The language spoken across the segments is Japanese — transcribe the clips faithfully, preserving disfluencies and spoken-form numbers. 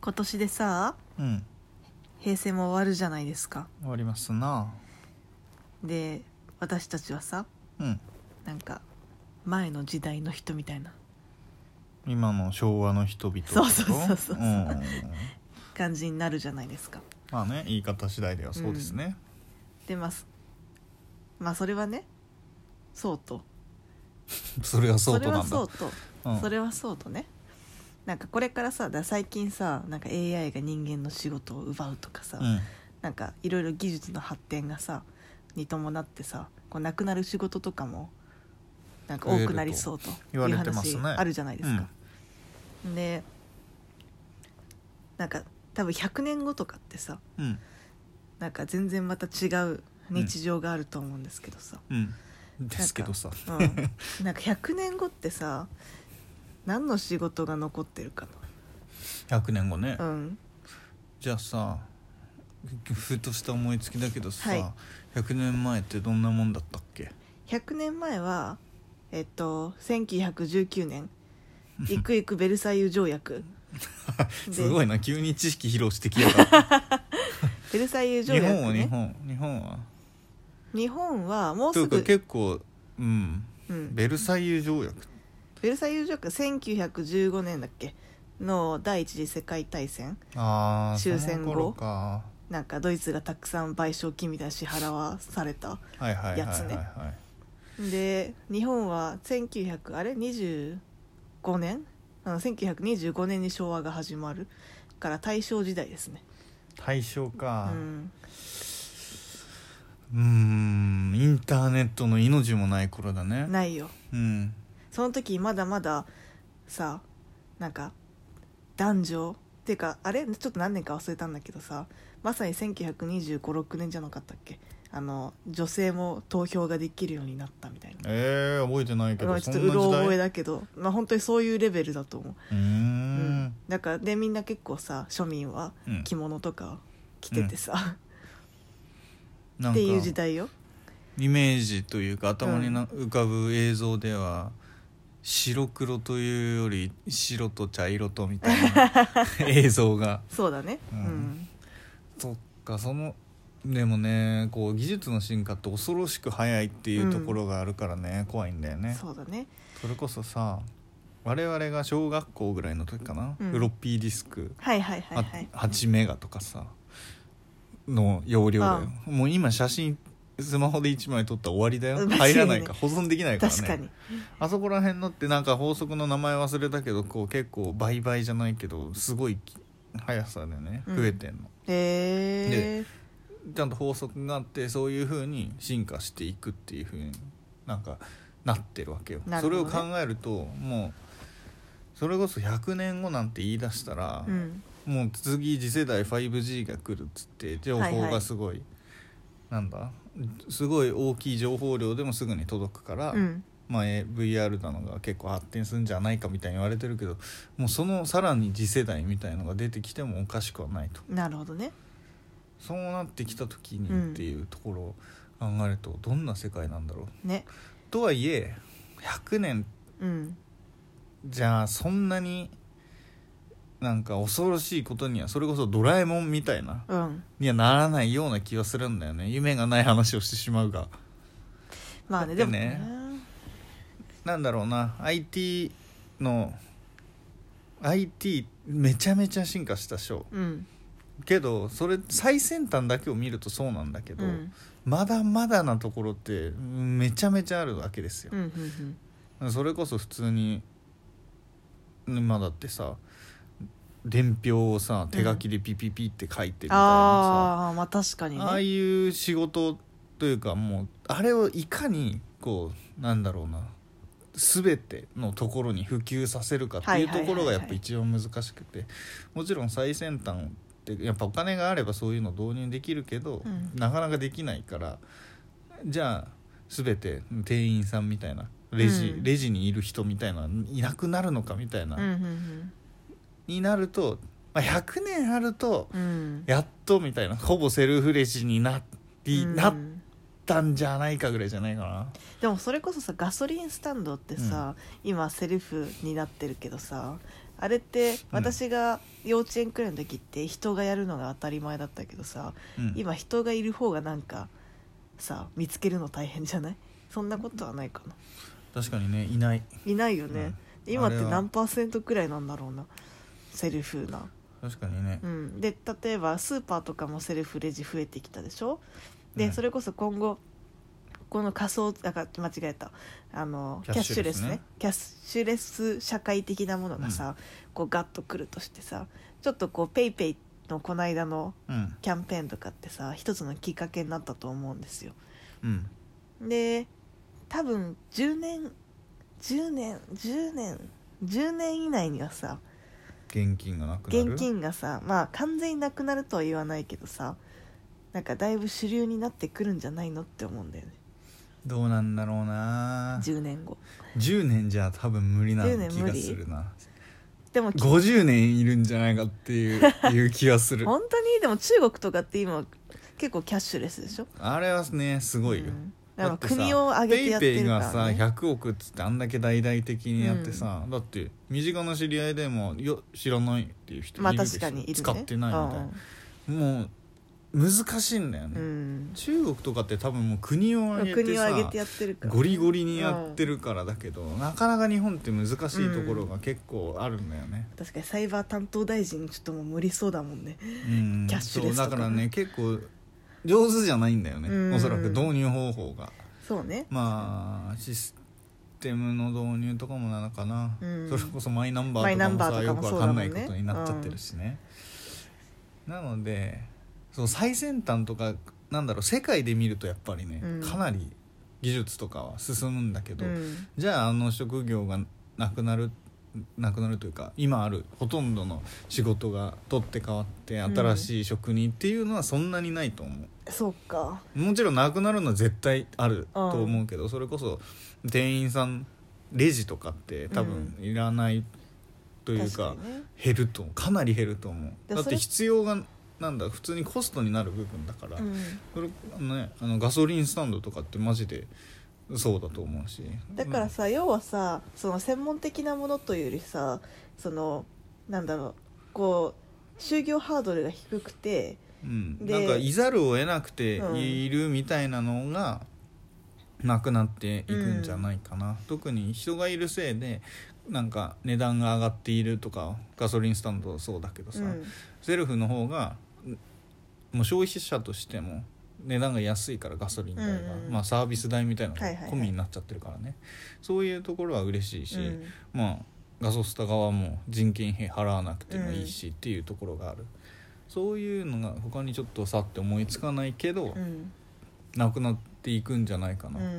今年でさ、 うん、 平成も終わるじゃないですか。 終わりますな。 で、私たちはさ、 うん、 なんか前の時代の人みたいな今の昭和の人々とそうそうそうそうそううん感じになるじゃないですか。 まあね、言い方次第ではそうですね。 で、まあ、まあそれはね、そうとそれはそうとなんだ。 それはそうと、 うん、 それはそうとね。なんかこれからさ、だ最近さ、なんか エーアイ が人間の仕事を奪うとかさ、 うん、 なんかいろいろ技術の発展がさに伴ってさ、こうなくなる仕事とかもなんか多くなりそうと言わいうれてますね。 話あるじゃないですか。で、なんか多分ひゃくねんごとかってさ、 うん、 なんか全然また違う日常があると思うんですけどさ、 うんうん、ですけどさ、 なんか、うん、なんかひゃくねんごってさ、何の仕事が残ってるかひゃくねんごね、 な。うん。 じゃあさ、ふとした思いつきだけどさ、 はい、 ひゃくねんまえってどんなもんだったっけ？ ひゃくねんまえはえっとせんきゅうひゃくじゅうきゅうねんいくいくベルサイユ条約すごいな、急に知識披露してきやがったベルサイユ条約、ね、 日本は日本日本は日本はもうというかすぐ結構、うん、 うん、 ベルサイユ条約ベルサイユ条約せんきゅうひゃくじゅうごねんだっけの第一次世界大戦あ終戦後、 その頃か、 なんかドイツがたくさん賠償金みたいな支払わされたやつね。で、日本はせんきゅうひゃくあれにじゅうごねんあのせんきゅうひゃくにじゅうごねんに昭和が始まるから大正時代ですね。 大正か。 うんうーん、インターネットの命もない頃だね。 ないよ。 うん、 その時まだまださ、なんか男女っていうか、あれちょっと何年か忘れたんだけどさ、まさにせんきゅうひゃくにじゅうご、ろくねんじゃなかったっけ、あの女性も投票ができるようになったみたいな。 えー、覚えてないけど、 ちょっとうろ覚えだけど、まあ本当にそういうレベルだと思う。 うーん、うん、 だからでみんな結構さ、庶民は着物とか着ててさ、うん、っていう時代よ。 イメージというか頭にな、うん、浮かぶ映像では白黒というより白と茶色とみたいな映像がそうだね、 うんうん、 そっか。そのでもね、こう技術の進化って恐ろしく早いっていうところがあるからね、うん、怖いんだよね。 そうだね。 それこそさ、我々が小学校ぐらいの時かな、 うん、 フロッピーディスク、 はいはいはいはい、 はちメガとかさの容量だよ。もう今写真スマホでいちまい撮ったら終わりだよ、ね、入らないか保存できないからね。 確かに。 あそこら辺のってなんか法則の名前忘れたけど、こう結構倍々じゃないけどすごい速さでね増えてんの、うん、 へでちゃんと法則があって、そういう風に進化していくっていう風になんかなってるわけよ、ね、それを考えるともうそれこそひゃくねんごなんて言い出したら、うん、もう次次世代 ファイブジー が来るっつって情報がすごい、はいはい、なんだすごい大きい情報量でもすぐに届くから、うん、まあ、ブイアール なのが結構発展するんじゃないかみたいに言われてるけど、もうそのさらに次世代みたいのが出てきてもおかしくはないと。 なるほどね。 そうなってきた時にっていうところを考えるとどんな世界なんだろう、 ね、 とはいえひゃくねん、うん、じゃあそんなになんか恐ろしいことには、それこそドラえもんみたいな、うん、にはならないような気がするんだよね。夢がない話をしてしまうが、 まあね、 でもね、なんだろうな、 アイティー の アイティー めちゃめちゃ進化したでしょ、うん、けどそれ最先端だけを見るとそうなんだけど、うん、まだまだなところってめちゃめちゃあるわけですよ、うんうんうん、それこそ普通に今だってさ、伝票をさ手書きでピピピって書いてみたいなさ、うん、 あ, まあ確かにね、 ああいう仕事というか、もうあれをいかにこうなんだろうな、全てのところに普及させるかっていうところがやっぱ一番難しくて、もちろん最先端ってやっぱお金があればそういうの導入できるけど、うん、なかなかできないから、じゃあ全て店員さんみたいなレジ、うん、レジにいる人みたいないなくなるのかみたいな、うんうんうん、になると、まあ、ひゃくねんあると、うん、やっとみたいな、ほぼセルフレジになり、うん、なったんじゃないかぐらいじゃないかな。 でもそれこそさ、ガソリンスタンドってさ、うん、今セルフになってるけどさ、 あれって私が幼稚園くらいの時って人がやるのが当たり前だったけどさ、うん、今人がいる方がなんかさ見つけるの大変じゃない？そんなことはないかな。 確かにね、いないいないよね、うん、今って何パーセントくらいなんだろうな、セルフな。 確かにね、 うん、で例えばスーパーとかもセルフレジ増えてきたでしょ。で、うん、それこそ今後この仮想あ間違えたあのキャッシュレスね、キャッシュレス社会的なものがさ、うん、こうガッとくるとしてさ、ちょっとこうペイペイのこの間のキャンペーンとかってさ、うん、一つのきっかけになったと思うんですよ、 うん、 で多分じゅうねんじゅうねんじゅうねんじゅうねん以内にはさ現金がなくなる、 現金がさ、まあ完全になくなるとは言わないけどさ、なんかだいぶ主流になってくるんじゃないのって思うんだよね。 どうなんだろうな。 じゅうねんごじゅうねんじゃ多分無理な気がするな。 でもごじゅうねんいるんじゃないかっていういう気がする。 本当に？でも中国とかって今結構キャッシュレスでしょ。 あれはねすごいよ、うん、 だから国を挙げてやってるから、ね、 ペイペイがさひゃくおくっつってあんだけ大々的にやってさ、うん、だって身近な知り合いでもよ知らないっていう人いるでしょ、まあ、確かにいるね、使ってないみたいな、うん、もう難しいんだよね、うん、中国とかって多分もう国を挙げてさ、国を挙げてやってるから、ゴリゴリにやってるからだけど、うん、なかなか日本って難しいところが結構あるんだよね、 うん、確かにサイバー担当大臣ちょっともう無理そうだもんね、 うん、キャッシュレスとか、そうだからね結構上手じゃないんだよね、うん、おそらく導入方法が。 そうね、 まあシステムの導入とかもなのかな、うん、それこそマイナンバーとかもさよくわかんないことになっちゃってるしね、うん、なのでそう最先端とかなんだろう世界で見るとやっぱりね、うん、かなり技術とかは進むんだけど、うん、じゃああの職業がなくなるなくなるというか今あるほとんどの仕事が取って変わって新しい職人っていうのはそんなにないと思う、 うん、そうか。 もちろんなくなるのは絶対あると思うけど、うん、それこそ店員さんレジとかって多分いらないというか、うんね、減るとかなり減ると思う。だって必要がなんだ普通にコストになる部分だから、うん、それね、あのガソリンスタンドとかってマジでそうだと思うし、 だからさ、要はさその専門的なものというよりさそのなんだろうこう就業ハードルが低くて、 うん、なんかいざるを得なくているみたいなのがなくなっていくんじゃないかな、うん、特に人がいるせいでなんか値段が上がっているとかガソリンスタンドそうだけどさ、うん、セルフの方がもう消費者としても値段が安いからガソリン代が、うんうん、まあ、サービス代みたいなのが込みになっちゃってるからね、はいはいはい、そういうところは嬉しいし、うん、まあガソスタ側も人件費払わなくてもいいしっていうところがある、うん、そういうのが他にちょっとさって思いつかないけど、うん、なくなっていくんじゃないかな、うんうん、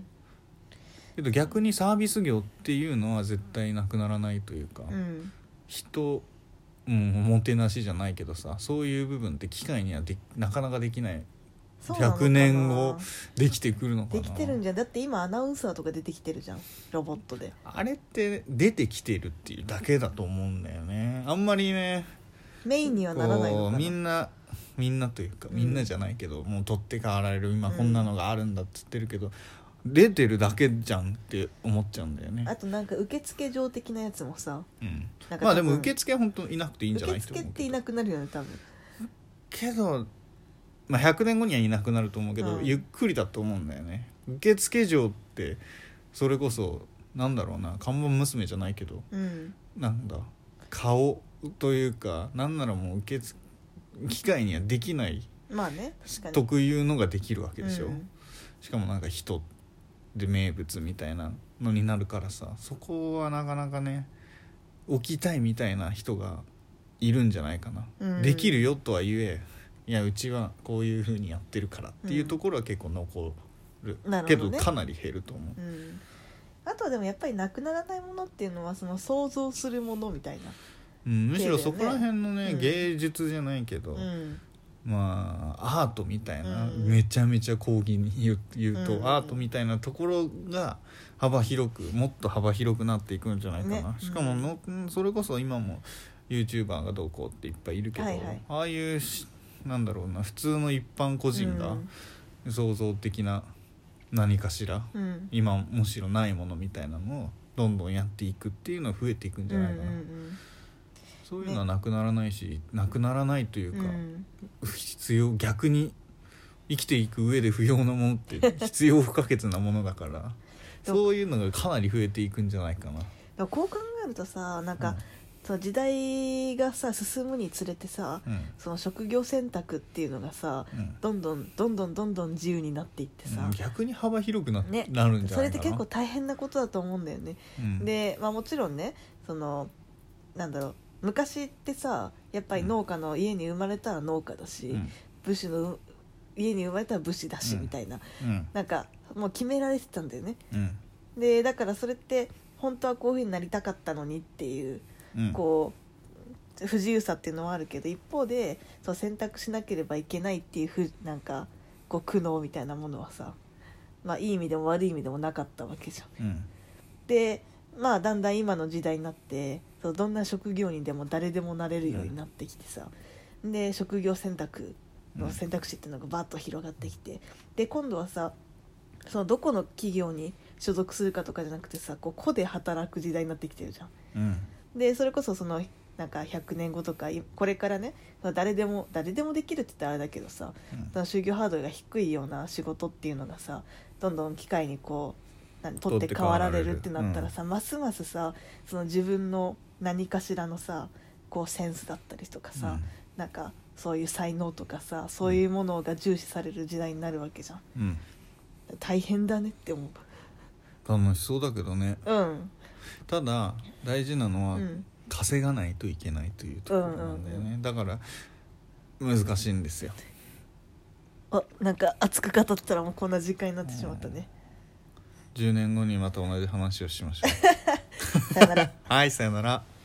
けど逆にサービス業っていうのは絶対なくならないというか、うん、人うん、おもてなしじゃないけどさそういう部分って機械にはでなかなかできないひゃくねんごできてくるのかな。 できてるんじゃん。だって今アナウンサーとか出てきてるじゃんロボットで。 あれって出てきてるっていうだけだと思うんだよね。あんまりねメインにはならないのかな。 みんなみんなというかみんなじゃないけど、うん、もう取って代わられる今こんなのがあるんだっつってるけど、うん出てるだけじゃんって思っちゃうんだよね。 あとなんか受付嬢的なやつもさ、 うん、なんかまあでも受付は本当いなくていいんじゃないって思うけど。受付っていなくなるよね多分。 けど、まあ、ひゃくねんごにはいなくなると思うけど、うん、ゆっくりだと思うんだよね。受付嬢ってそれこそなんだろうな看板娘じゃないけど、うん、なんだ顔というかなんならもう受付機械にはできない、 まあね、確かに特有のができるわけでしょ、うん、しかもなんか人で名物みたいなのになるからさそこはなかなかね置きたいみたいな人がいるんじゃないかな、うん、できるよとは言えいやうちはこういう風にやってるからっていうところは結構残る、うん、けどかなり減ると思う、うん、 あとはでもやっぱりなくならないものっていうのはその想像するものみたいな、 うん、むしろそこら辺のね、うん、芸術じゃないけど、 うんまあアートみたいな、うん、めちゃめちゃ講義に言う、言うと、うん、アートみたいなところが幅広くもっと幅広くなっていくんじゃないかな、ね、しかもの、うん、それこそ今も YouTuber がどうこうっていっぱいいるけど、はいはい、ああいうなんだろうな普通の一般個人が創造的な何かしら、うん、今むしろないものみたいなのをどんどんやっていくっていうのは増えていくんじゃないかな、うんうんうん、そういうのはなくならないし、ね、なくならないというか、うん、必要逆に生きていく上で不要なものって必要不可欠なものだからそういうのがかなり増えていくんじゃないかな。 こう考えるとさ、なんか、うん、その時代がさ進むにつれてさ、うん、その職業選択っていうのがさ、うん、どんどんどんどんどんどん自由になっていってさ、うん、 逆に幅広く な,、ね、なるんじゃないかな。 それって結構大変なことだと思うんだよね、うん、で、まあ、もちろんね、そのなんだろう、昔ってさやっぱり農家の家に生まれたら農家だし、うん、武士の家に生まれたら武士だし、みたいな、うん、なんかもう決められてたんだよね、うん、でだからそれって本当はこういう風になりたかったのにっていう、うん、こう不自由さっていうのはあるけど、一方でそう選択しなければいけないっていうふなんかこう苦悩みたいなものはさ、まあいい意味でも悪い意味でもなかったわけじゃん、うん、でまあだんだん今の時代になってそうどんな職業にでも誰でもなれるようになってきてさ、うん、で職業選択の選択肢っていうのがバッと広がってきて、で今度はさそのどこの企業に所属するかとかじゃなくてさ、こう個で働く時代になってきてるじゃん、うん、でそれこそそのなんかひゃくねんごとかこれからね誰でも誰でもできるって言ったらあれだけどさ、うん、その就業ハードルが低いような仕事っていうのがさどんどん機会にこう何取って代わられるってなったらさ、うん、ますますさその自分の何かしらのさこうセンスだったりとかさ、うん、なんかそういう才能とかさそういうものが重視される時代になるわけじゃん、うん、大変だねって思う。 楽しそうだけどね、 うん、 ただ大事なのは、うん、稼がないといけないというところなんだよね、うんうんうん、だから難しいんですよ。 あ、なんか熱く語ったらもうこんな時間になってしまったね。 じゅうねんごにまた同じ話をしましょうさよなら。 はい、さよなら。